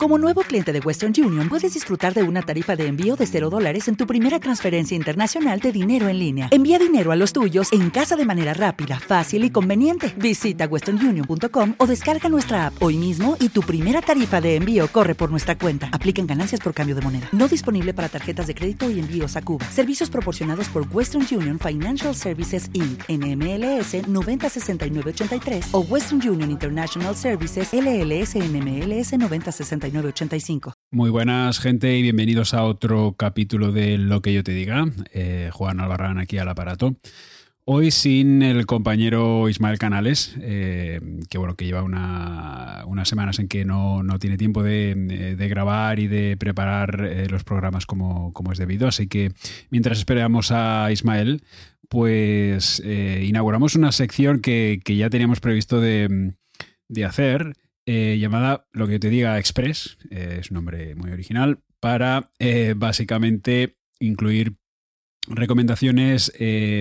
Como nuevo cliente de Western Union, puedes disfrutar de una tarifa de envío de $0 en tu primera transferencia internacional de dinero en línea. Envía dinero a los tuyos en casa de manera rápida, fácil y conveniente. Visita westernunion.com o descarga nuestra app hoy mismo y tu primera tarifa de envío corre por nuestra cuenta. Aplican ganancias por cambio de moneda. No disponible para tarjetas de crédito y envíos a Cuba. Servicios proporcionados por Western Union Financial Services Inc. NMLS 906983 o Western Union International Services LLS NMLS 906985. Muy buenas, gente, y bienvenidos a otro capítulo de Lo que yo te diga. Juan Albarrán aquí al aparato. Hoy sin el compañero Ismael Canales, que lleva unas semanas en que no tiene tiempo de grabar y de preparar los programas como es debido. Así que mientras esperamos a Ismael, pues inauguramos una sección que ya teníamos previsto de hacer, llamada Lo que yo te diga Express, es un nombre muy original, para básicamente incluir recomendaciones,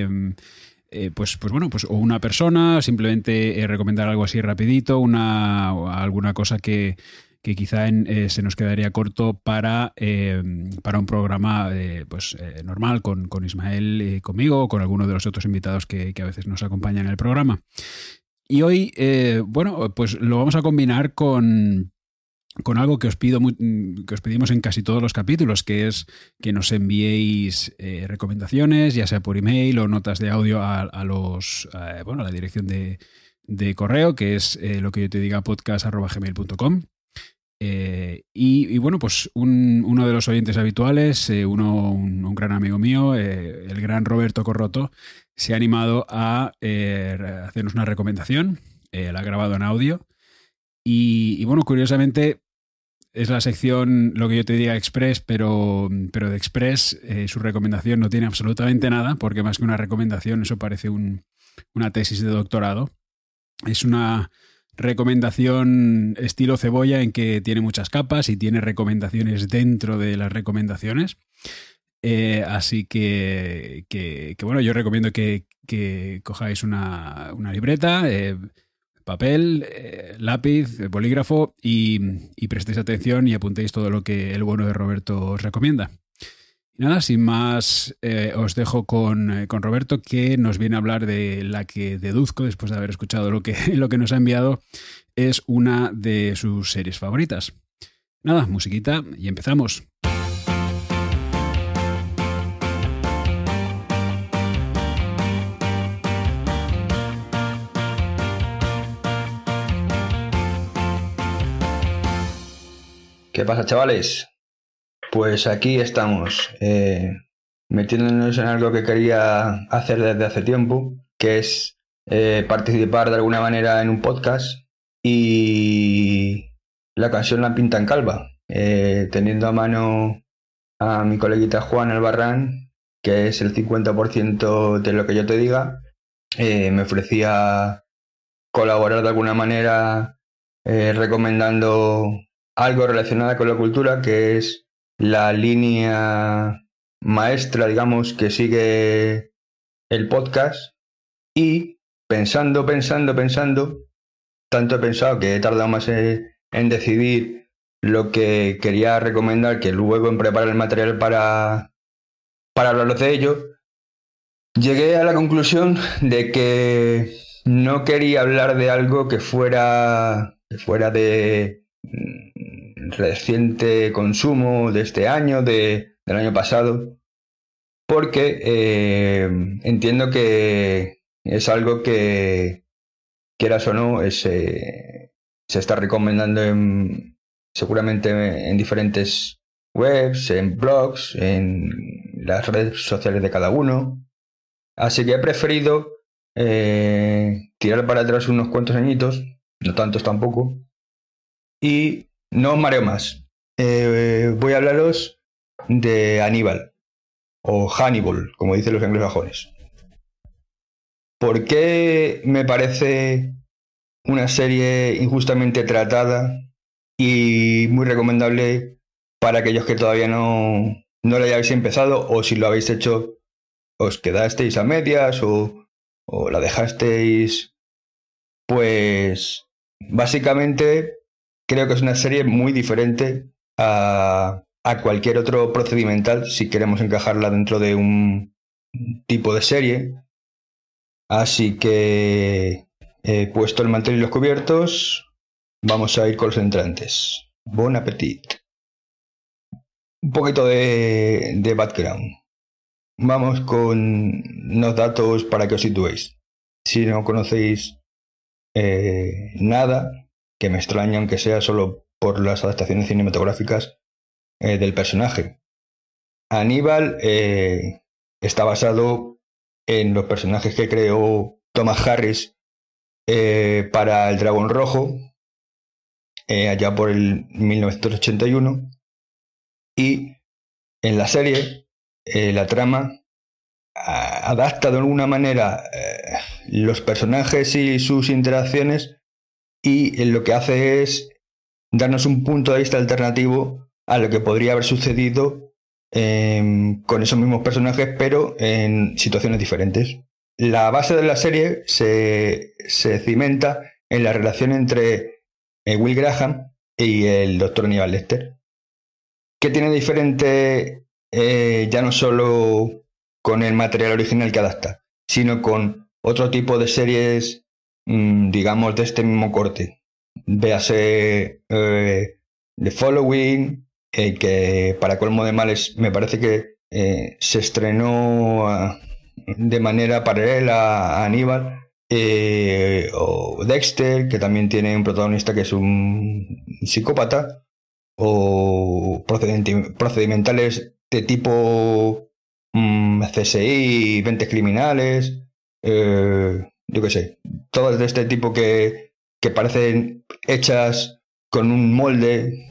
o una persona, simplemente recomendar algo así rapidito, alguna cosa que quizá se nos quedaría corto para un programa normal con Ismael, conmigo o con alguno de los otros invitados que a veces nos acompañan en el programa. Y hoy, pues lo vamos a combinar con algo que os pedimos en casi todos los capítulos, que es que nos enviéis recomendaciones, ya sea por email o notas de audio a la dirección de correo, que es lo que yo te diga podcast@gmail.com. Pues uno de los oyentes habituales, un gran amigo mío, el gran Roberto Corroto, se ha animado a hacernos una recomendación. La ha grabado en audio y curiosamente es la sección Lo que yo te diga Express, pero de Express su recomendación no tiene absolutamente nada, porque más que una recomendación eso parece una tesis de doctorado. Es una recomendación estilo cebolla en que tiene muchas capas y tiene recomendaciones dentro de las recomendaciones. Así que yo recomiendo que cojáis una libreta, papel, lápiz, bolígrafo y prestéis atención y apuntéis todo lo que el bueno de Roberto os recomienda. Y nada, sin más, os dejo con Roberto, que nos viene a hablar de la que deduzco, después de haber escuchado lo que nos ha enviado, es una de sus series favoritas. Nada, musiquita y empezamos. ¿Qué pasa, chavales? Pues aquí estamos, metiéndonos en algo que quería hacer desde hace tiempo, que es participar de alguna manera en un podcast, y la ocasión la pinta en calva, teniendo a mano a mi coleguita Juan Albarrán, que es el 50% de lo que yo te diga. Me ofrecía colaborar de alguna manera recomendando algo relacionado con la cultura, que es la línea maestra, digamos, que sigue el podcast. Y pensando, tanto he pensado que he tardado más en decidir lo que quería recomendar que luego en preparar el material para hablar de ello. Llegué a la conclusión de que no quería hablar de algo que fuera de reciente consumo, de este año, del año pasado, porque entiendo que es algo que, quieras o no, se está recomendando seguramente en diferentes webs, en blogs, en las redes sociales de cada uno. Así que he preferido tirar para atrás unos cuantos añitos, no tantos tampoco, y no os mareo más. Voy a hablaros de Aníbal, o Hannibal, como dicen los anglosajones. ¿Por qué me parece una serie injustamente tratada y muy recomendable para aquellos que todavía no la hayáis empezado, o si lo habéis hecho os quedasteis a medias o la dejasteis? Pues básicamente creo que es una serie muy diferente a cualquier otro procedimental si queremos encajarla dentro de un tipo de serie. Así que, puesto el mantel y los cubiertos, vamos a ir con los entrantes. Bon appetit. Un poquito de background. Vamos con unos datos para que os situéis. Si no conocéis nada, que me extraña aunque sea solo por las adaptaciones cinematográficas del personaje. Aníbal está basado en los personajes que creó Thomas Harris para el Dragón Rojo, allá por el 1981, y en la serie la trama adapta de alguna manera los personajes y sus interacciones, y lo que hace es darnos un punto de vista alternativo a lo que podría haber sucedido con esos mismos personajes, pero en situaciones diferentes. La base de la serie se cimenta en la relación entre Will Graham y el Dr. Aníbal Lecter. ¿Qué tiene diferente ya no solo con el material original que adapta, sino con otro tipo de series, digamos, de este mismo corte? Véase The Following, que para colmo de males me parece que se estrenó de manera paralela a Aníbal, o Dexter, que también tiene un protagonista que es un psicópata, o procedimentales de tipo CSI, Ventes Criminales, yo qué sé, todas de este tipo que parecen hechas con un molde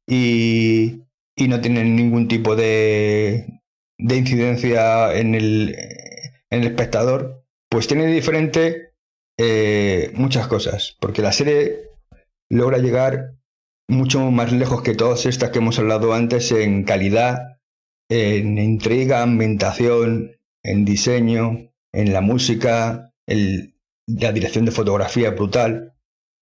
y no tienen ningún tipo de incidencia en el espectador. Pues tiene diferente muchas cosas, porque la serie logra llegar mucho más lejos que todas estas que hemos hablado antes en calidad, en intriga, ambientación, en diseño, en la música, la dirección de fotografía brutal.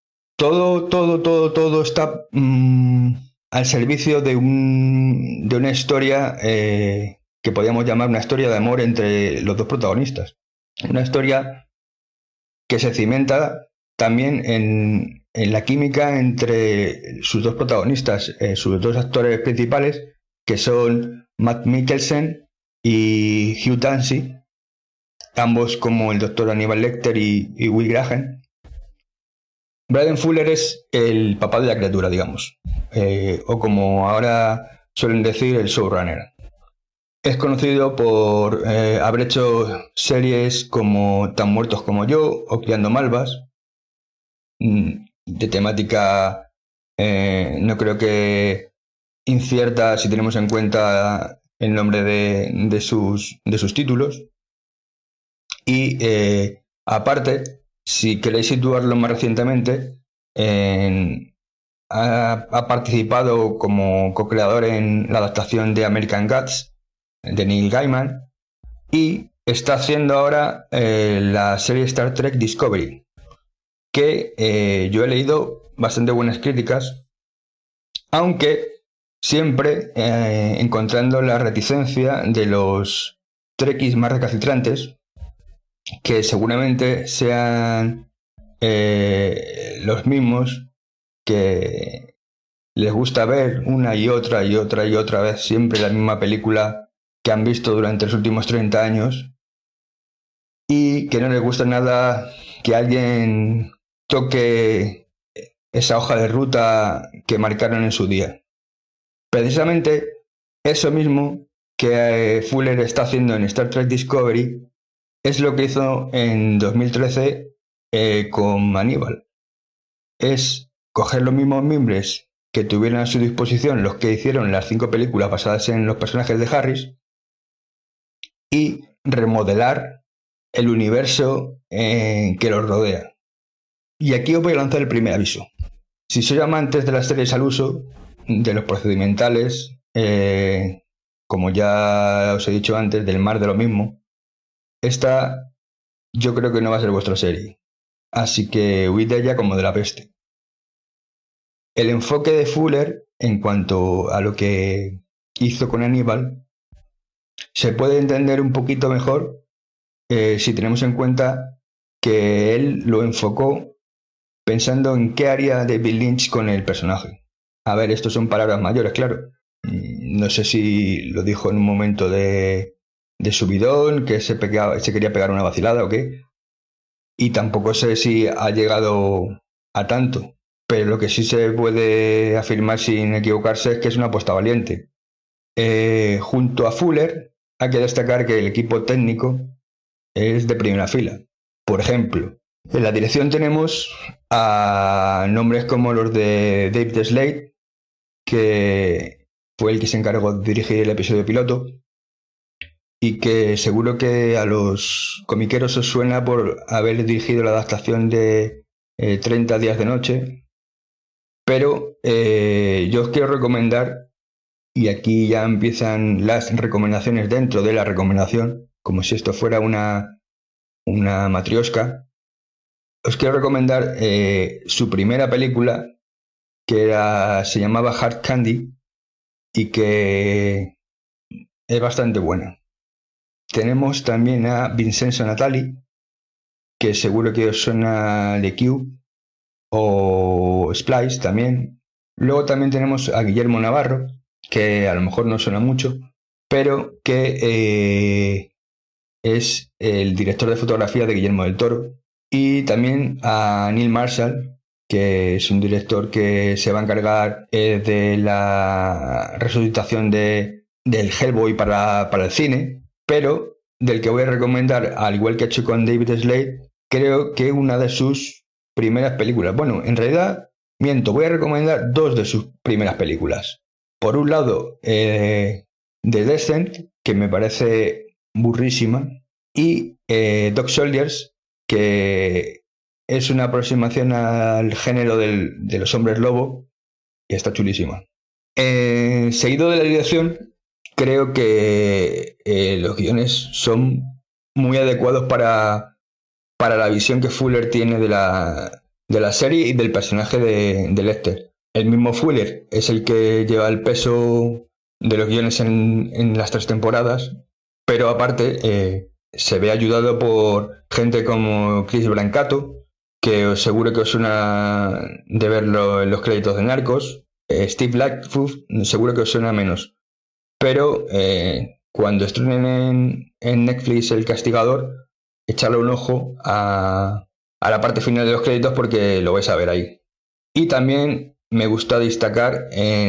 Todo está al servicio de una historia que podríamos llamar una historia de amor entre los dos protagonistas. Una historia que se cimenta también en la química entre sus dos protagonistas, sus dos actores principales, que son Matt Mikkelsen y Hugh Dancy, ambos como el Dr. Aníbal Lecter y Will Graham. Bryan Fuller es el papá de la criatura, digamos, o como ahora suelen decir, el showrunner. Es conocido por haber hecho series como Tan muertos como yo o Criando malvas, de temática no creo que incierta si tenemos en cuenta el nombre de sus títulos. Y aparte, si queréis situarlo más recientemente, ha participado como co-creador en la adaptación de American Gods de Neil Gaiman, y está haciendo ahora la serie Star Trek Discovery, que yo he leído bastante buenas críticas, aunque siempre encontrando la reticencia de los trekkies más recalcitrantes, que seguramente sean los mismos que les gusta ver una y otra vez siempre la misma película que han visto durante los últimos 30 años, y que no les gusta nada que alguien toque esa hoja de ruta que marcaron en su día. Precisamente eso mismo que Fuller está haciendo en Star Trek Discovery es lo que hizo en 2013 con Aníbal. Es coger los mismos mimbres que tuvieron a su disposición los que hicieron las 5 películas basadas en los personajes de Harris y remodelar el universo que los rodea. Y aquí os voy a lanzar el primer aviso. Si sois amantes de las series al uso, de los procedimentales, como ya os he dicho antes, del mar de lo mismo, esta yo creo que no va a ser vuestra serie. Así que huid de ella como de la peste. el enfoque de Fuller en cuanto a lo que hizo con Aníbal se puede entender un poquito mejor si tenemos en cuenta que él lo enfocó pensando en qué haría David Lynch con el personaje. A ver, esto son palabras mayores, claro. No sé si lo dijo en un momento de subidón, que se quería pegar una vacilada o qué. Y tampoco sé si ha llegado a tanto. Pero lo que sí se puede afirmar sin equivocarse es que es una apuesta valiente. Junto a Fuller, hay que destacar que el equipo técnico es de primera fila. Por ejemplo, en la dirección tenemos a nombres como los de David Slade, que fue el que se encargó de dirigir el episodio piloto, y que seguro que a los comiqueros os suena por haber dirigido la adaptación de 30 días de noche. Pero yo os quiero recomendar, y aquí ya empiezan las recomendaciones dentro de la recomendación, como si esto fuera una matrioshka. Os quiero recomendar su primera película, que se llamaba Hard Candy, y que es bastante buena. Tenemos también a Vincenzo Natali, que seguro que os suena de Q, o Splice también. Luego también tenemos a Guillermo Navarro, que a lo mejor no suena mucho, pero que es el director de fotografía de Guillermo del Toro. Y también a Neil Marshall, que es un director que se va a encargar de la resucitación del Hellboy para el cine, pero del que voy a recomendar, al igual que he hecho con David Slade, creo que una de sus primeras películas. Bueno, en realidad, miento, voy a recomendar dos de sus primeras películas. Por un lado, The Descent, que me parece burrísima, y Dog Soldiers, que es una aproximación al género de los hombres lobo, y está chulísima. Seguido de la dirección, creo que los guiones son muy adecuados para la visión que Fuller tiene de la serie y del personaje de Lecter. El mismo Fuller es el que lleva el peso de los guiones en las 3 temporadas, pero aparte se ve ayudado por gente como Chris Brancato, que seguro que os suena de verlo en los créditos de Narcos. Steve Lightfoot seguro que os suena menos. Pero cuando estrenen en Netflix El Castigador, echarle un ojo a la parte final de los créditos porque lo vais a ver ahí. Y también me gusta destacar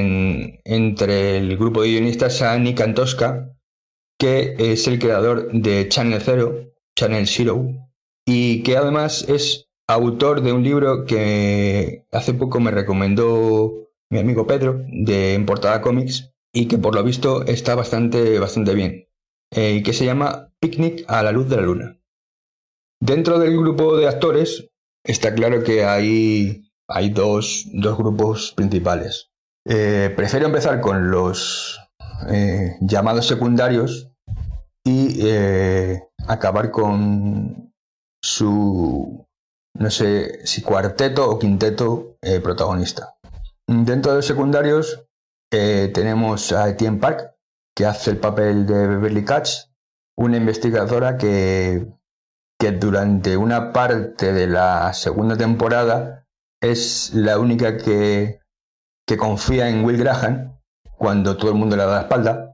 entre el grupo de guionistas a Nick Antosca, que es el creador de Channel Zero, y que además es autor de un libro que hace poco me recomendó mi amigo Pedro, de En Portada Comics, y que por lo visto está bastante bien, y que se llama Picnic a la luz de la luna. Dentro del grupo de actores está claro que hay dos grupos principales. Prefiero empezar con los llamados secundarios y acabar con su, no sé si cuarteto o quinteto protagonista. Dentro de los secundarios tenemos a Etienne Park, que hace el papel de Beverly Katz, una investigadora que durante una parte de la segunda temporada es la única que confía en Will Graham cuando todo el mundo le da la espalda,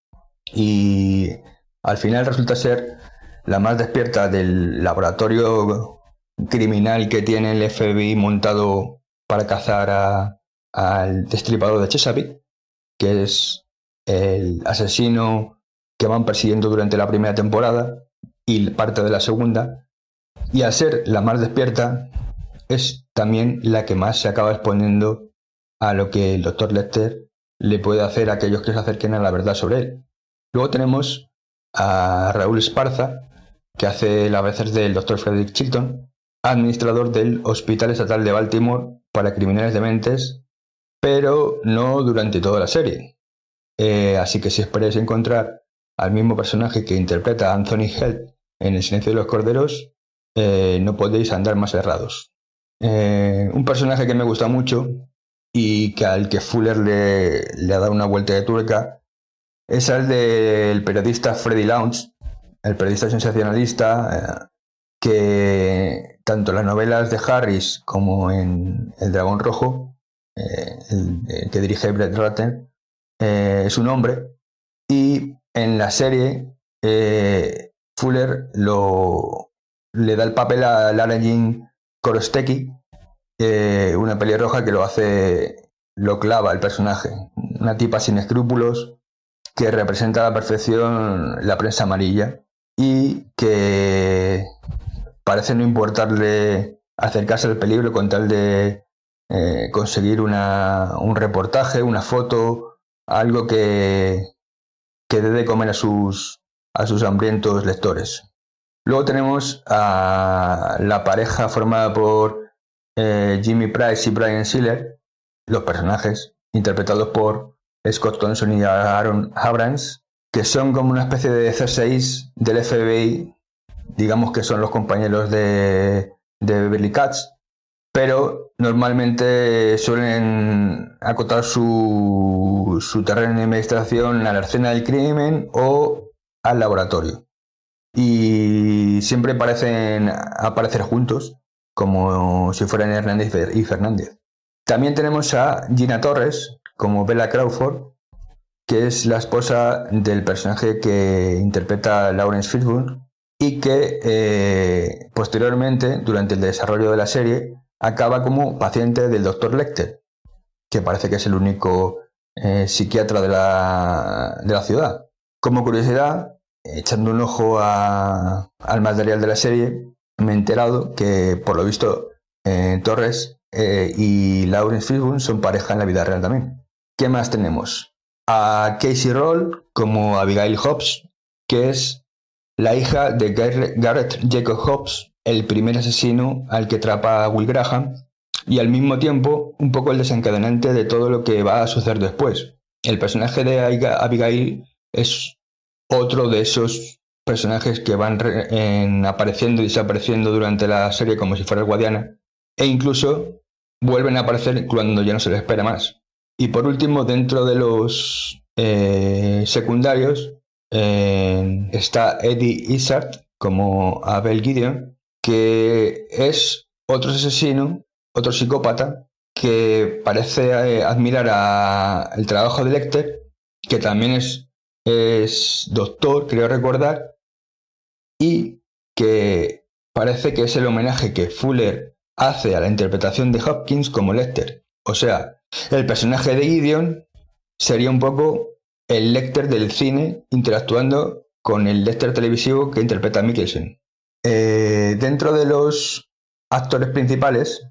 y al final resulta ser la más despierta del laboratorio criminal que tiene el FBI montado para cazar al destripador de Chesapeake, que es el asesino que van persiguiendo durante la primera temporada y parte de la segunda, y al ser la más despierta es también la que más se acaba exponiendo a lo que el Dr. Lecter le puede hacer a aquellos que se acerquen a la verdad sobre él. Luego tenemos a Raúl Esparza, que hace las veces del Dr. Frederick Chilton, administrador del Hospital Estatal de Baltimore para criminales dementes, pero no durante toda la serie. Así que si esperáis encontrar al mismo personaje que interpreta a Anthony Head en El silencio de los corderos, no podéis andar más errados. Un personaje que me gusta mucho y que al que Fuller le ha dado una vuelta de tuerca es el del periodista Freddie Lounge, el periodista sensacionalista que tanto en las novelas de Harris como en El Dragón Rojo, el que dirige Brett Ratner, es un hombre, y en la serie Fuller le da el papel a Lara Jean Korostecki, una pelirroja que lo clava el personaje, una tipa sin escrúpulos que representa a la perfección la prensa amarilla y que parece no importarle acercarse al peligro con tal de conseguir un reportaje, una foto, algo que dé de comer a sus hambrientos lectores. Luego tenemos a la pareja formada por Jimmy Price y Brian Siller, los personajes interpretados por Scott Thompson y Aaron Abrams, que son como una especie de C6 del FBI, digamos que son los compañeros de Beverly Katz, pero normalmente suelen acotar su terreno de investigación a la escena del crimen o al laboratorio. Y siempre parecen aparecer juntos, como si fueran Hernández y Fernández. También tenemos a Gina Torres, como Bella Crawford, que es la esposa del personaje que interpreta Lawrence Fishburne y que posteriormente, durante el desarrollo de la serie, acaba como paciente del Dr. Lecter, que parece que es el único psiquiatra de la ciudad. Como curiosidad, echando un ojo al material de la serie, me he enterado que, por lo visto, Torres y Lawrence Fishburne son pareja en la vida real también. ¿Qué más tenemos? A Casey Roll como Abigail Hobbs, que es la hija de Garrett Jacob Hobbs, el primer asesino al que atrapa a Will Graham, y al mismo tiempo un poco el desencadenante de todo lo que va a suceder después. El personaje de Abigail es otro de esos personajes que van apareciendo y desapareciendo durante la serie como si fuera el Guadiana, e incluso vuelven a aparecer cuando ya no se les espera más. Y por último, dentro de los secundarios está Eddie Izzard como Abel Gideon, que es otro asesino, otro psicópata, que parece admirar el trabajo de Lecter, que también es doctor, creo recordar, y que parece que es el homenaje que Fuller hace a la interpretación de Hopkins como Lecter. O sea, el personaje de Gideon sería un poco el Lecter del cine interactuando con el Lecter televisivo que interpreta Mikkelsen. Dentro de los actores principales,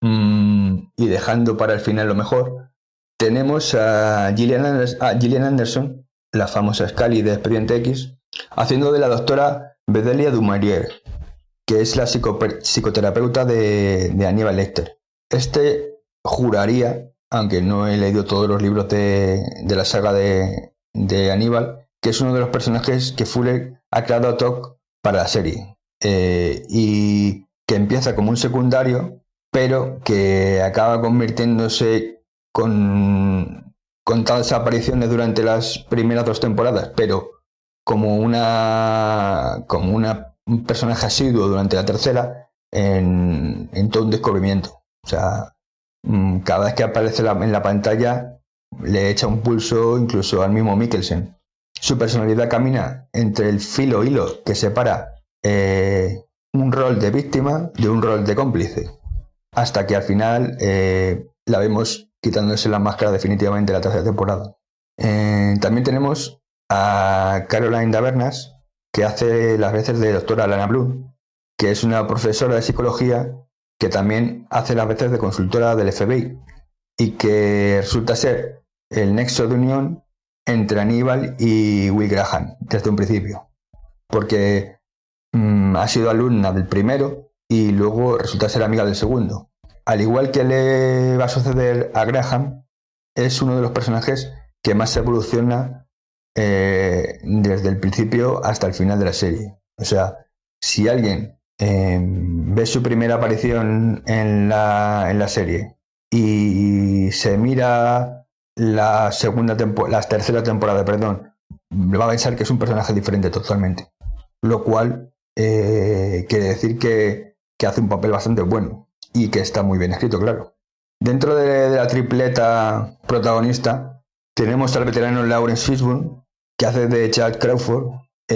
y dejando para el final lo mejor, tenemos a Gillian Anderson, la famosa Scully de Expediente X, haciendo de la doctora Bedelia Dumaurier, que es la psicoterapeuta de Aníbal Lecter. Juraría, aunque no he leído todos los libros de la saga de Aníbal, que es uno de los personajes que Fuller ha creado ad hoc para la serie, y que empieza como un secundario, pero que acaba convirtiéndose con tantas apariciones durante las primeras 2 temporadas, pero como un personaje asiduo durante la tercera, en todo un descubrimiento. O sea, cada vez que aparece en la pantalla le echa un pulso incluso al mismo Mikkelsen. Su personalidad camina entre el filo hilo que separa un rol de víctima de un rol de cómplice, hasta que al final la vemos quitándose la máscara definitivamente en la tercera temporada. También tenemos a Caroline Davernas, que hace las veces de doctora Lana Bloom, que es una profesora de psicología que también hace las veces de consultora del FBI y que resulta ser el nexo de unión entre Aníbal y Will Graham desde un principio, porque ha sido alumna del primero y luego resulta ser amiga del segundo. Al igual que le va a suceder a Graham, es uno de los personajes que más se evoluciona desde el principio hasta el final de la serie. O sea, si alguien ve su primera aparición en la serie y se mira la tercera temporada, va a pensar que es un personaje diferente totalmente. Lo cual quiere decir que hace un papel bastante bueno y que está muy bien escrito, claro. Dentro de la tripleta protagonista tenemos al veterano Lawrence Fishburne, que hace de Chad Crawford,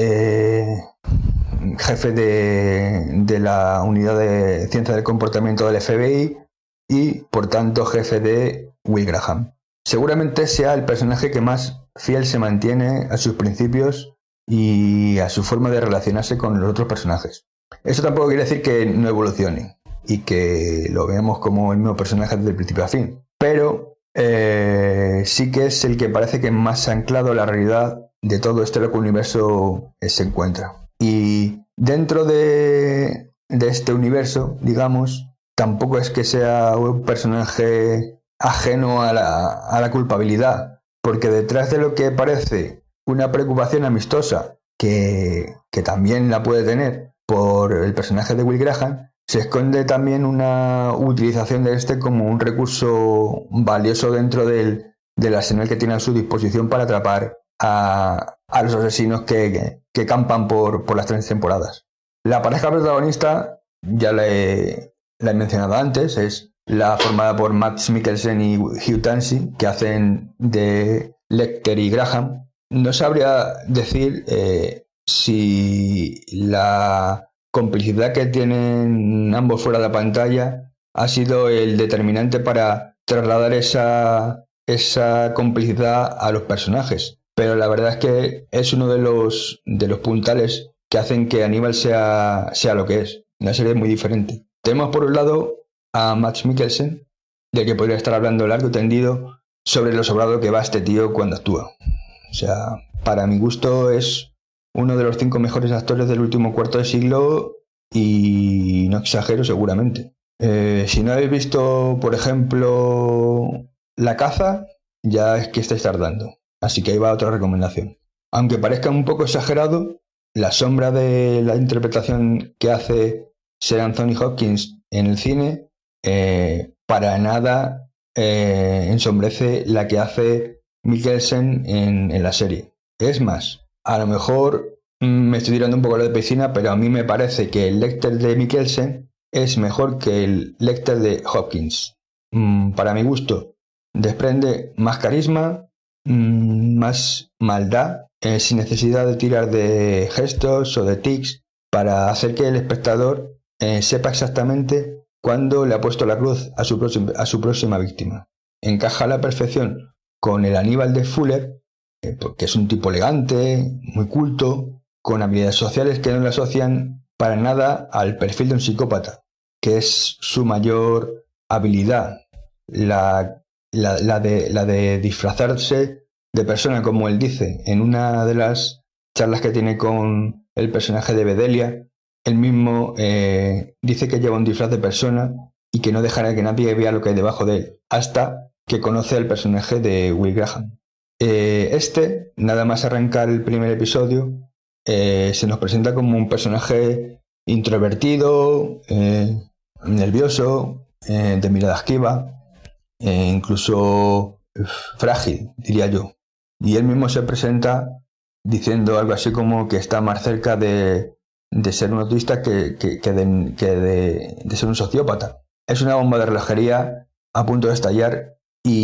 jefe de la unidad de ciencia del comportamiento del FBI y, por tanto, jefe de Will Graham. Seguramente sea el personaje que más fiel se mantiene a sus principios y a su forma de relacionarse con los otros personajes. Eso tampoco quiere decir que no evolucione y que lo veamos como el mismo personaje desde el principio a fin, pero sí que es el que parece que más anclado a la realidad de todo este loco universo se encuentra. Y dentro de este universo, digamos, tampoco es que sea un personaje ajeno a la culpabilidad, porque detrás de lo que parece una preocupación amistosa, que también la puede tener por el personaje de Will Graham, se esconde también una utilización de este como un recurso valioso dentro del arsenal que tiene a su disposición para atrapar a los asesinos que campan por las 3 temporadas. La pareja protagonista, ya la he mencionado antes, es la formada por Mads Mikkelsen y Hugh Dancy, que hacen de Lecter y Graham. No sabría decir si la complicidad que tienen ambos fuera de la pantalla ha sido el determinante para trasladar esa complicidad a los personajes. Pero la verdad es que es uno de los puntales que hacen que Aníbal sea lo que es. Una serie muy diferente. Tenemos por un lado a Mads Mikkelsen, del que podría estar hablando largo y tendido sobre lo sobrado que va este tío cuando actúa. O sea, para mi gusto es uno de los 5 mejores actores del último cuarto de siglo y no exagero seguramente. Si no habéis visto, por ejemplo, La caza, ya es que estáis tardando. Así que ahí va otra recomendación. Aunque parezca un poco exagerado, la sombra de la interpretación que hace Sir Anthony Hopkins en el cine para nada ensombrece la que hace Mikkelsen en la serie. Es más, a lo mejor me estoy tirando un poco de piscina, pero a mí me parece que el Lecter de Mikkelsen es mejor que el Lecter de Hopkins. Para mi gusto, desprende más carisma, más maldad, sin necesidad de tirar de gestos o de tics para hacer que el espectador sepa exactamente cuándo le ha puesto la cruz a su próxima víctima. Encaja a la perfección con el Aníbal de Fuller, porque es un tipo elegante, muy culto, con habilidades sociales que no le asocian para nada al perfil de un psicópata, que es su mayor habilidad, la de disfrazarse de persona, como él dice en una de las charlas que tiene con el personaje de Bedelia. Él mismo dice que lleva un disfraz de persona y que no dejará que nadie vea lo que hay debajo de él, hasta que conoce al personaje de Will Graham. Nada más arrancar el primer episodio, se nos presenta como un personaje introvertido, nervioso, de mirada esquiva, incluso frágil, diría yo. Y él mismo se presenta diciendo algo así como que está más cerca de ser un autista que de ser un sociópata. Es una bomba de relojería a punto de estallar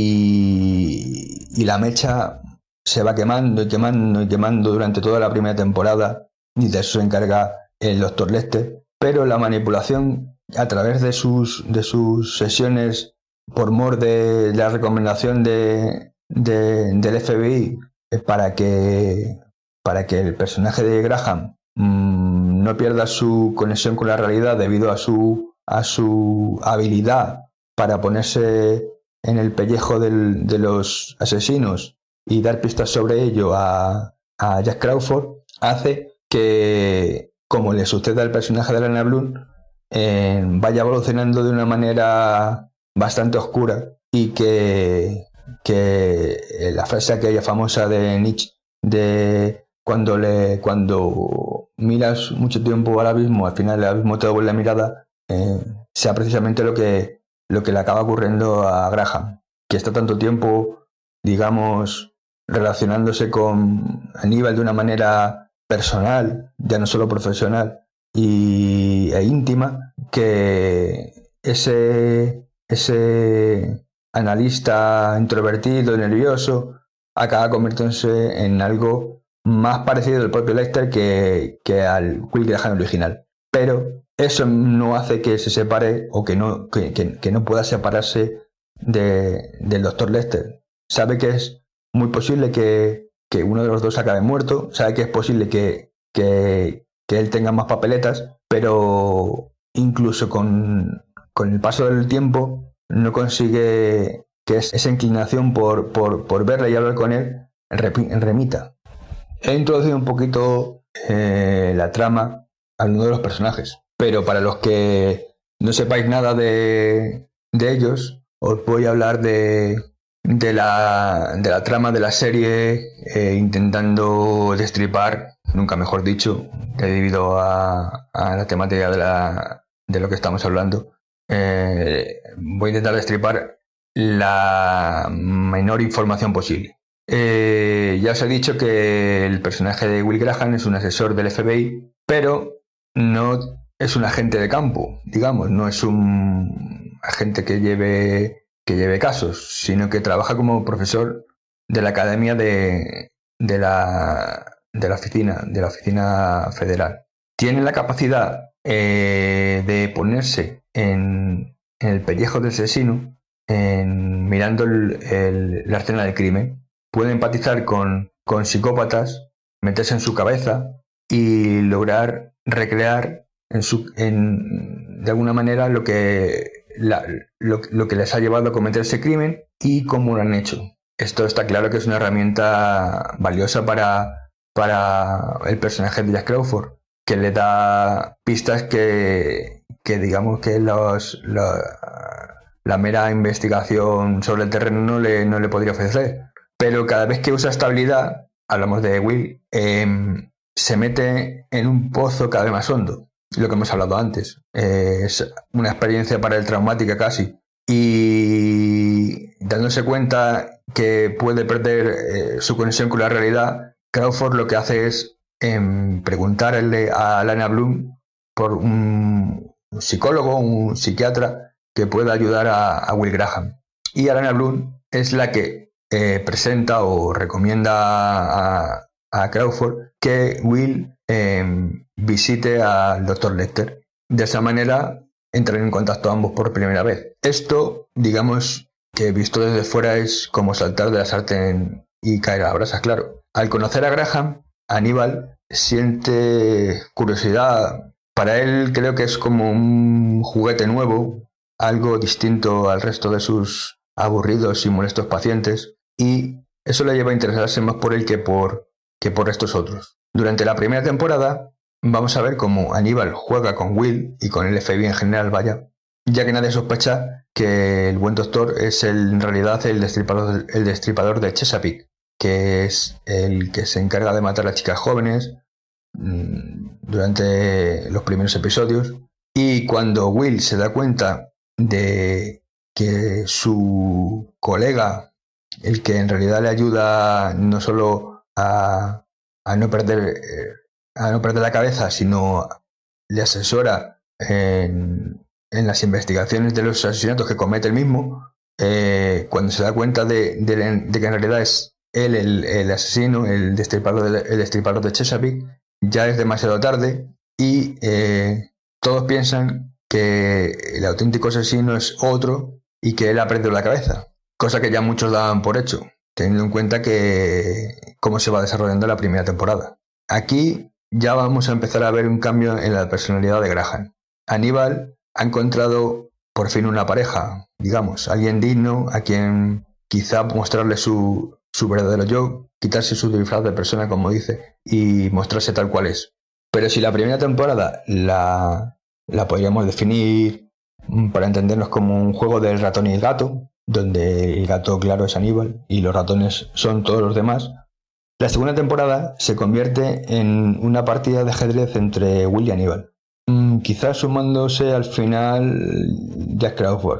y la mecha se va quemando y quemando y quemando durante toda la primera temporada, y de eso se encarga el Dr. Lecter. Pero la manipulación a través de sus sesiones por mor de la recomendación del FBI para que el personaje de Graham no pierda su conexión con la realidad debido a su habilidad para ponerse en el pellejo de los asesinos y dar pistas sobre ello a Jack Crawford, hace que, como le sucede al personaje de Lana Bloom, vaya evolucionando de una manera bastante oscura, y que la frase aquella famosa de Nietzsche de cuando miras mucho tiempo al abismo, al final el abismo te devuelve la mirada, sea precisamente lo que lo que le acaba ocurriendo a Graham, que está tanto tiempo, digamos, relacionándose con Aníbal de una manera personal, ya no solo profesional e íntima, que ese analista introvertido y nervioso acaba convirtiéndose en algo más parecido al propio Lecter que al Will Graham original. Pero eso no hace que se separe o que no pueda separarse del Dr. Lecter. Sabe que es muy posible que uno de los dos acabe muerto, sabe que es posible que él tenga más papeletas, pero incluso con el paso del tiempo no consigue que esa inclinación por verle y hablar con él remita. He introducido un poquito la trama a uno de los personajes, pero para los que no sepáis nada de ellos, os voy a hablar de la trama de la serie, intentando destripar, nunca mejor dicho, debido a la temática de lo que estamos hablando. Voy a intentar destripar la menor información posible. Ya os he dicho que el personaje de Will Graham es un asesor del FBI, pero no es un agente de campo, digamos, no es un agente que lleve casos, sino que trabaja como profesor de la academia de la oficina federal. Tiene la capacidad de ponerse en el pellejo del asesino, mirando la escena del crimen. Puede empatizar con psicópatas, meterse en su cabeza y lograr recrear de alguna manera lo que les ha llevado a cometer ese crimen y cómo lo han hecho. Esto está claro que es una herramienta valiosa para el personaje de Jack Crawford, que le da pistas que digamos que la mera investigación sobre el terreno no le podría ofrecer. Pero cada vez que usa esta habilidad, hablamos de Will, se mete en un pozo cada vez más hondo. Lo que hemos hablado antes. Es una experiencia para él traumática casi. Y dándose cuenta que puede perder su conexión con la realidad, Crawford lo que hace es preguntarle a Lana Bloom por un psicólogo, un psiquiatra que pueda ayudar a Will Graham. Y Lana Bloom es la que presenta o recomienda a Crawford que Will visite al Dr. Lecter. De esa manera entran en contacto ambos por primera vez. Esto, digamos, que visto desde fuera es como saltar de la sartén y caer a brasas, claro. Al conocer a Graham, Aníbal siente curiosidad. Para él creo que es como un juguete nuevo, algo distinto al resto de sus aburridos y molestos pacientes, y eso le lleva a interesarse más por él que por estos otros. Durante la primera temporada vamos a ver cómo Aníbal juega con Will y con el FBI en general, vaya, ya que nadie sospecha que el buen doctor es en realidad el destripador de Chesapeake, que es el que se encarga de matar a chicas jóvenes durante los primeros episodios. Y cuando Will se da cuenta de que su colega, el que en realidad le ayuda no solo a no perder la cabeza, sino le asesora en las investigaciones de los asesinatos que comete él mismo, cuando se da cuenta de que en realidad es él el asesino, el destripador de Chesapeake, ya es demasiado tarde y todos piensan que el auténtico asesino es otro y que él ha perdido la cabeza, cosa que ya muchos daban por hecho, teniendo en cuenta cómo se va desarrollando la primera temporada. Aquí ya vamos a empezar a ver un cambio en la personalidad de Graham. Aníbal ha encontrado por fin una pareja, digamos, alguien digno a quien quizá mostrarle su verdadero yo, quitarse su disfraz de persona, como dice, y mostrarse tal cual es. Pero si la primera temporada la podríamos definir, para entendernos, como un juego del ratón y el gato, donde el gato, claro, es Aníbal y los ratones son todos los demás, la segunda temporada se convierte en una partida de ajedrez entre Will y Aníbal. Quizás sumándose al final Jack Crawford.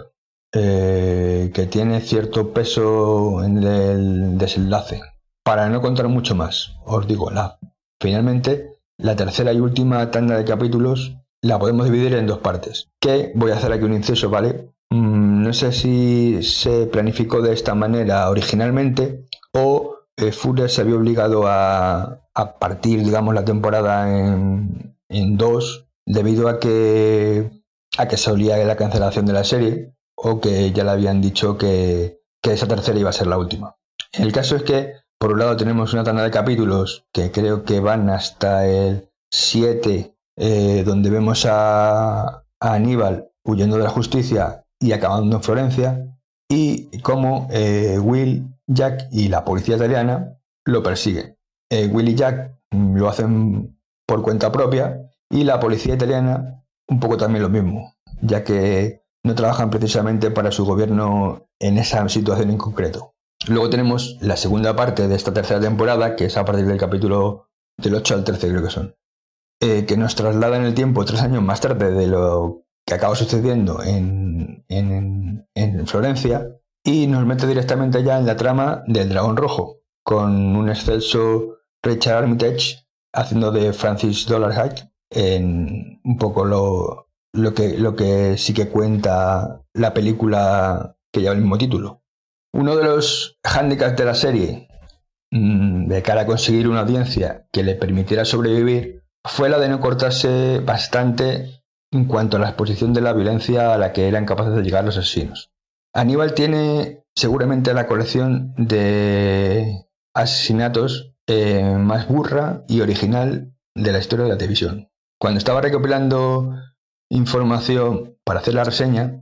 que tiene cierto peso en el desenlace. Para no contar mucho más, os digo, finalmente la tercera y última tanda de capítulos la podemos dividir en dos partes. Que voy a hacer aquí un inciso, ¿vale? No sé si se planificó de esta manera originalmente o Fuller se vio obligado a partir, digamos, la temporada en dos debido a que se olía la cancelación de la serie o que ya le habían dicho que esa tercera iba a ser la última. El caso es que, por un lado, tenemos una tanda de capítulos que creo que van hasta el 7, donde vemos a Aníbal huyendo de la justicia y acabando en Florencia, y cómo Will, Jack y la policía italiana lo persiguen. Will y Jack lo hacen por cuenta propia y la policía italiana un poco también lo mismo, ya que no trabajan precisamente para su gobierno en esa situación en concreto. Luego tenemos la segunda parte de esta tercera temporada, que es a partir del capítulo del 8 al 13, creo que son, que nos traslada en el tiempo 3 años más tarde de lo que acaba sucediendo en Florencia y nos mete directamente ya en la trama del Dragón Rojo, con un excelso Richard Armitage haciendo de Francis Dolarhyde en un poco lo que sí que cuenta la película que lleva el mismo título. Uno de los hándicaps de la serie, de cara a conseguir una audiencia que le permitiera sobrevivir, fue la de no cortarse bastante en cuanto a la exposición de la violencia a la que eran capaces de llegar los asesinos. Aníbal tiene seguramente la colección de asesinatos más burra y original de la historia de la televisión. Cuando estaba recopilando información para hacer la reseña,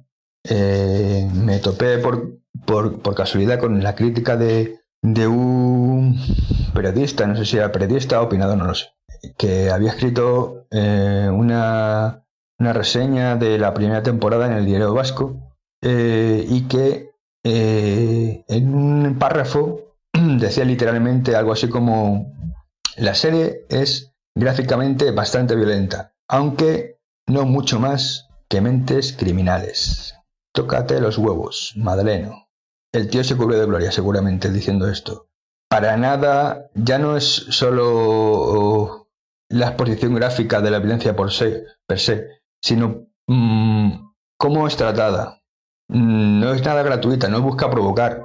me topé por casualidad con la crítica de un periodista, no sé si era periodista o opinador, no lo sé, que había escrito una reseña de la primera temporada en el Diario Vasco y que en un párrafo decía literalmente algo así como: la serie es gráficamente bastante violenta, aunque no mucho más que mentes criminales. Tócate los huevos, Madaleno. El tío se cubrió de gloria seguramente diciendo esto. Para nada, ya no es solo la exposición gráfica de la violencia per se, sino cómo es tratada. No es nada gratuita, no busca provocar.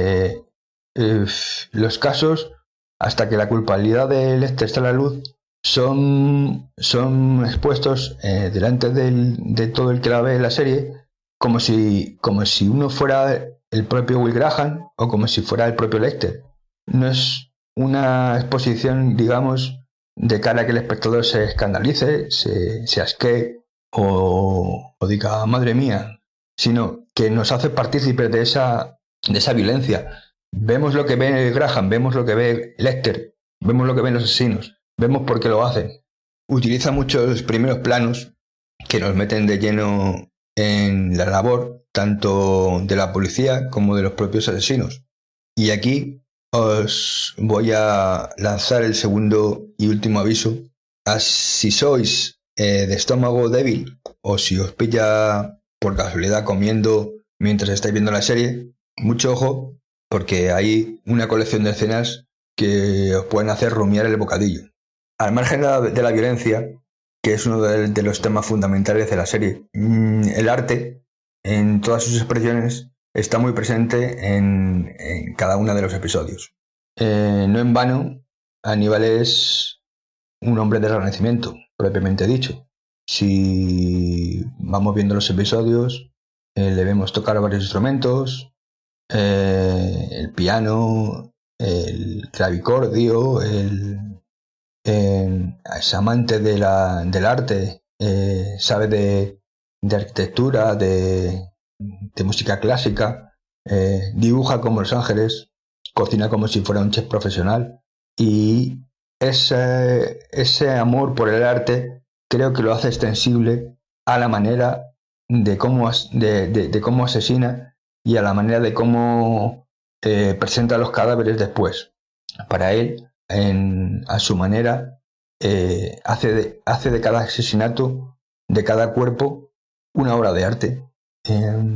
Los casos, hasta que la culpabilidad de Lester está a la luz, son expuestos delante de todo el que la ve en la serie como si uno fuera el propio Will Graham o como si fuera el propio Lester. No es una exposición, digamos, de cara a que el espectador se escandalice, se asquee o diga madre mía, sino que nos hace partícipes de esa violencia. Vemos lo que ve Graham, vemos lo que ve Lester, vemos lo que ven los asesinos, vemos por qué lo hacen. Utiliza muchos primeros planos que nos meten de lleno en la labor tanto de la policía como de los propios asesinos. Y aquí os voy a lanzar el segundo y último aviso. Si sois de estómago débil o si os pilla por casualidad comiendo mientras estáis viendo la serie, mucho ojo, porque hay una colección de escenas que os pueden hacer rumiar el bocadillo. Al margen de la violencia, que es uno de los temas fundamentales de la serie, el arte, en todas sus expresiones, está muy presente en cada uno de los episodios. No en vano, Aníbal es un hombre del Renacimiento, propiamente dicho. Si vamos viendo los episodios, le vemos tocar varios instrumentos, el piano, el clavicordio, es amante del arte, sabe de arquitectura, de música clásica, dibuja como Los Ángeles, cocina como si fuera un chef profesional, y ese amor por el arte creo que lo hace extensible a la manera de cómo asesina y a la manera de cómo presenta los cadáveres después. Para él, a su manera, hace de cada asesinato, de cada cuerpo, una obra de arte.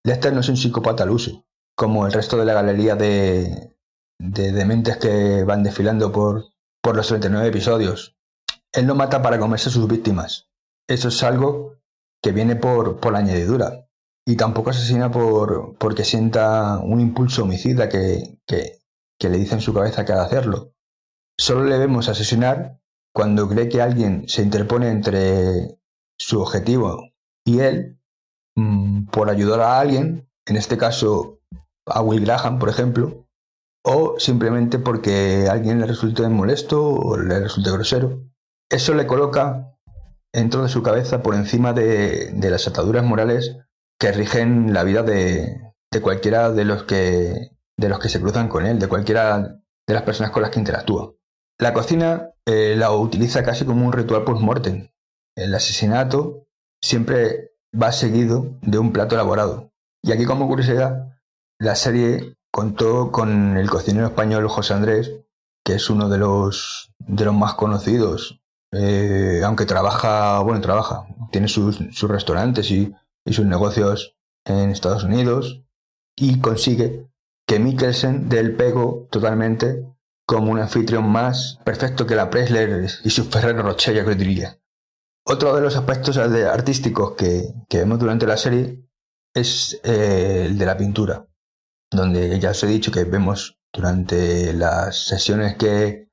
Lecter no es un psicópata al uso, como el resto de la galería de dementes que van desfilando por los 39 episodios. Él no mata para comerse a sus víctimas. Eso es algo que viene por la añadidura. Y tampoco asesina porque sienta un impulso homicida que le dice en su cabeza que ha de hacerlo. Solo le vemos asesinar cuando cree que alguien se interpone entre su objetivo y él por ayudar a alguien, en este caso a Will Graham, por ejemplo, o simplemente porque alguien le resulte molesto o le resulte grosero. Eso le coloca dentro de su cabeza por encima de las ataduras morales que rigen la vida de cualquiera de los que se cruzan con él, de cualquiera de las personas con las que interactúa. La cocina la utiliza casi como un ritual post-mortem. El asesinato siempre va seguido de un plato elaborado. Y aquí, como curiosidad, la serie contó con el cocinero español José Andrés, que es uno de los más conocidos, aunque trabaja, tiene sus restaurantes y sus negocios en Estados Unidos, y consigue que Mikkelsen dé el pego totalmente como un anfitrión más perfecto que la Pressler y su Ferrero Rocher, yo creo que diría. Otro de los aspectos artísticos que vemos durante la serie es el de la pintura, donde ya os he dicho que vemos durante las sesiones que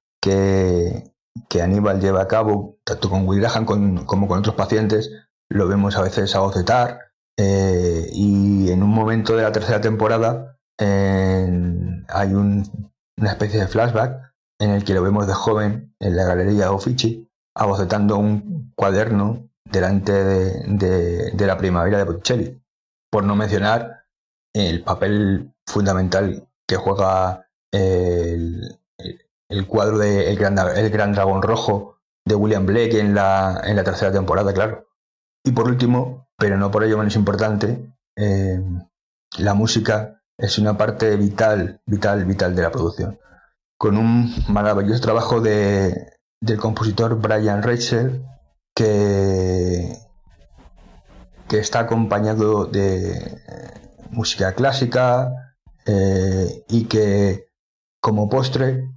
Aníbal lleva a cabo, tanto con Will Graham como con otros pacientes, lo vemos a veces a bocetar, y en un momento de la tercera temporada hay una especie de flashback en el que lo vemos de joven en la galería Uffizi abocetando un cuaderno delante de la primavera de Botticelli, por no mencionar el papel fundamental que juega el cuadro de el gran dragón rojo de William Blake en la tercera temporada, claro. Y por último, pero no por ello menos importante, la música es una parte vital de la producción, con un maravilloso trabajo del compositor Brian Reichel, que está acompañado de música clásica, y que como postre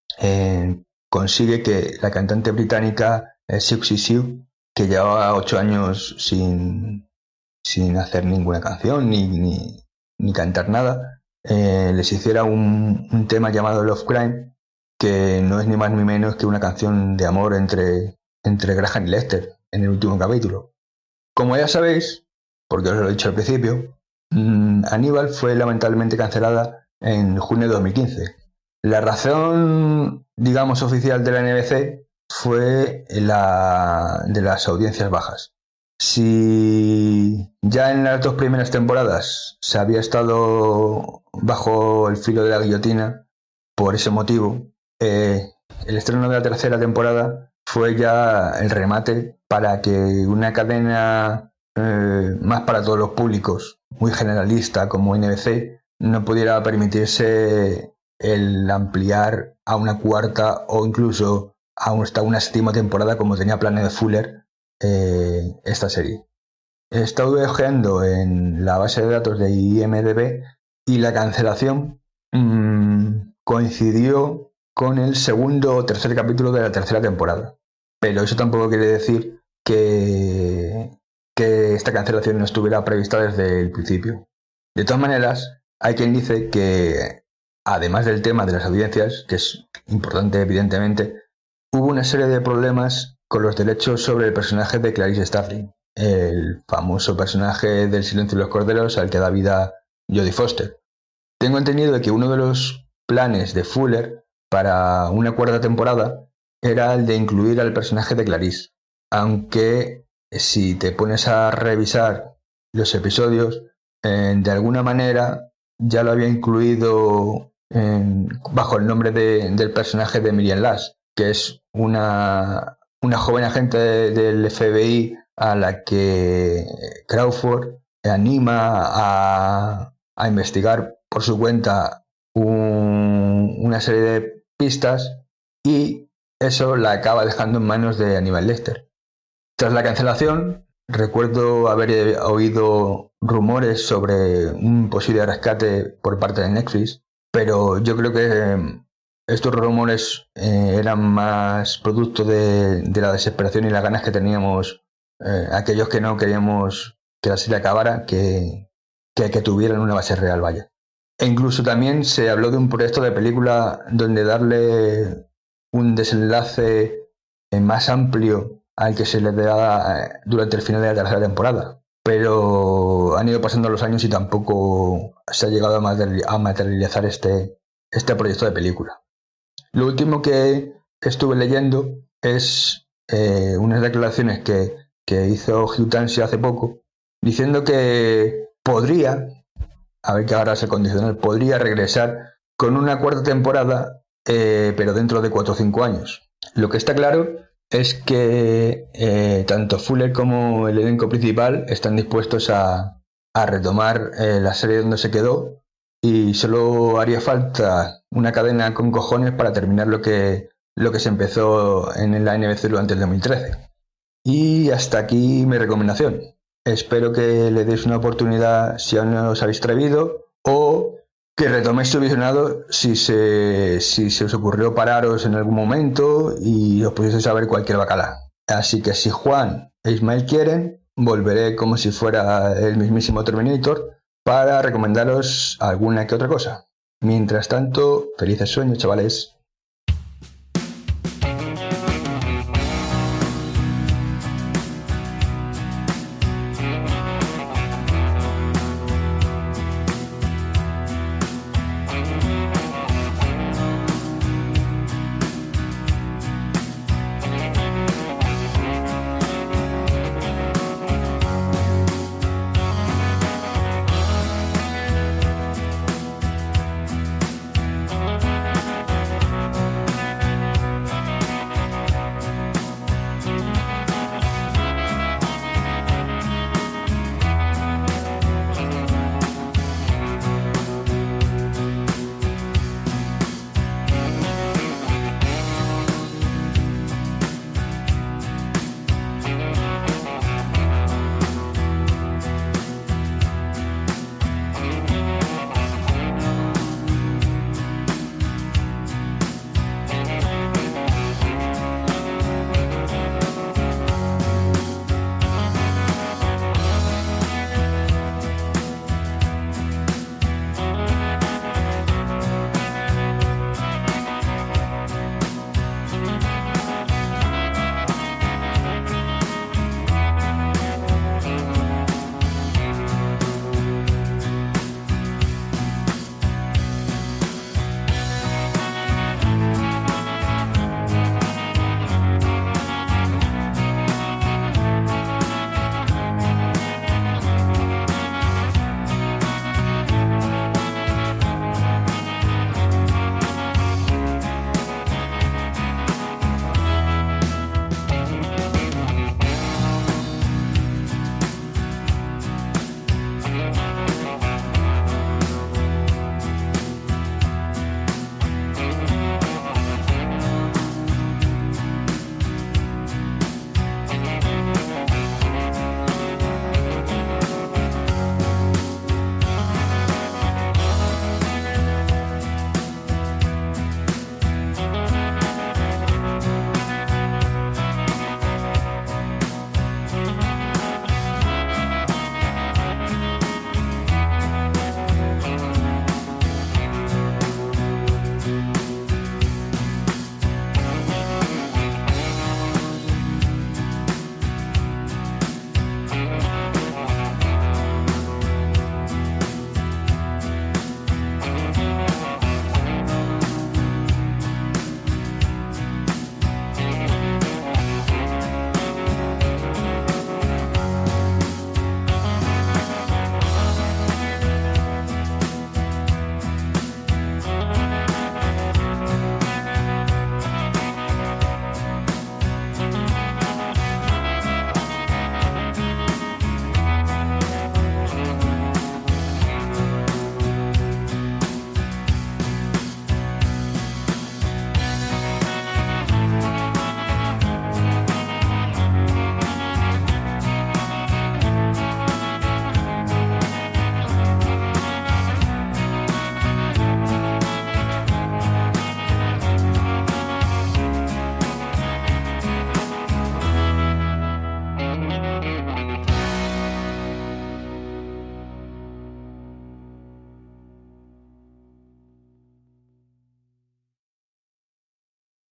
consigue que la cantante británica Siouxsie Sioux, que llevaba 8 años sin hacer ninguna canción ni cantar nada, les hiciera un tema llamado Love Crime, que no es ni más ni menos que una canción de amor entre Graham y Lecter en el último capítulo. Como ya sabéis, porque os lo he dicho al principio, Aníbal fue lamentablemente cancelada en junio de 2015. La razón, digamos, oficial de la NBC fue de las audiencias bajas. Si ya en las 2 primeras temporadas se había estado bajo el filo de la guillotina por ese motivo, el estreno de la tercera temporada fue ya el remate para que una cadena más para todos los públicos, muy generalista como NBC, no pudiera permitirse el ampliar a una cuarta o incluso hasta una 7ª temporada como tenía planeado Fuller esta serie. He estado viajando en la base de datos de IMDb y la cancelación coincidió con el segundo o tercer capítulo de la tercera temporada. Pero eso tampoco quiere decir que esta cancelación no estuviera prevista desde el principio. De todas maneras, hay quien dice que, además del tema de las audiencias, que es importante evidentemente, hubo una serie de problemas con los derechos sobre el personaje de Clarice Starling, el famoso personaje del Silencio de los Corderos al que da vida Jodie Foster. Tengo entendido de que uno de los planes de Fuller para una 4ª temporada era el de incluir al personaje de Clarice, aunque si te pones a revisar los episodios, de alguna manera ya lo había incluido bajo el nombre del personaje de Miriam Lass, que es una joven agente del FBI a la que Crawford anima a investigar por su cuenta una serie de pistas, y eso la acaba dejando en manos de Aníbal Lecter. Tras la cancelación, recuerdo haber oído rumores sobre un posible rescate por parte de Netflix, pero yo creo que estos rumores eran más producto de la desesperación y las ganas que teníamos aquellos que no queríamos que la serie acabara, que tuvieran una base real, vaya. E incluso también se habló de un proyecto de película donde darle un desenlace más amplio al que se le da durante el final de la tercera temporada. Pero han ido pasando los años y tampoco se ha llegado a materializar este proyecto de película. Lo último que estuve leyendo es unas declaraciones que hizo Hugh Dancy hace poco, diciendo que podría, a ver que ahora es el condicional, podría regresar con una cuarta temporada, pero dentro de 4 o 5 años. Lo que está claro es que tanto Fuller como el elenco principal están dispuestos a retomar la serie donde se quedó, y solo haría falta una cadena con cojones para terminar lo que se empezó en la NBC durante el 2013. Y hasta aquí mi recomendación. Espero que le deis una oportunidad si aún no os habéis atrevido, o que retoméis su visionado si se os ocurrió pararos en algún momento y os pudieseis saber cualquier bacala. Así que si Juan e Ismael quieren, volveré como si fuera el mismísimo Terminator para recomendaros alguna que otra cosa. Mientras tanto, felices sueños, chavales.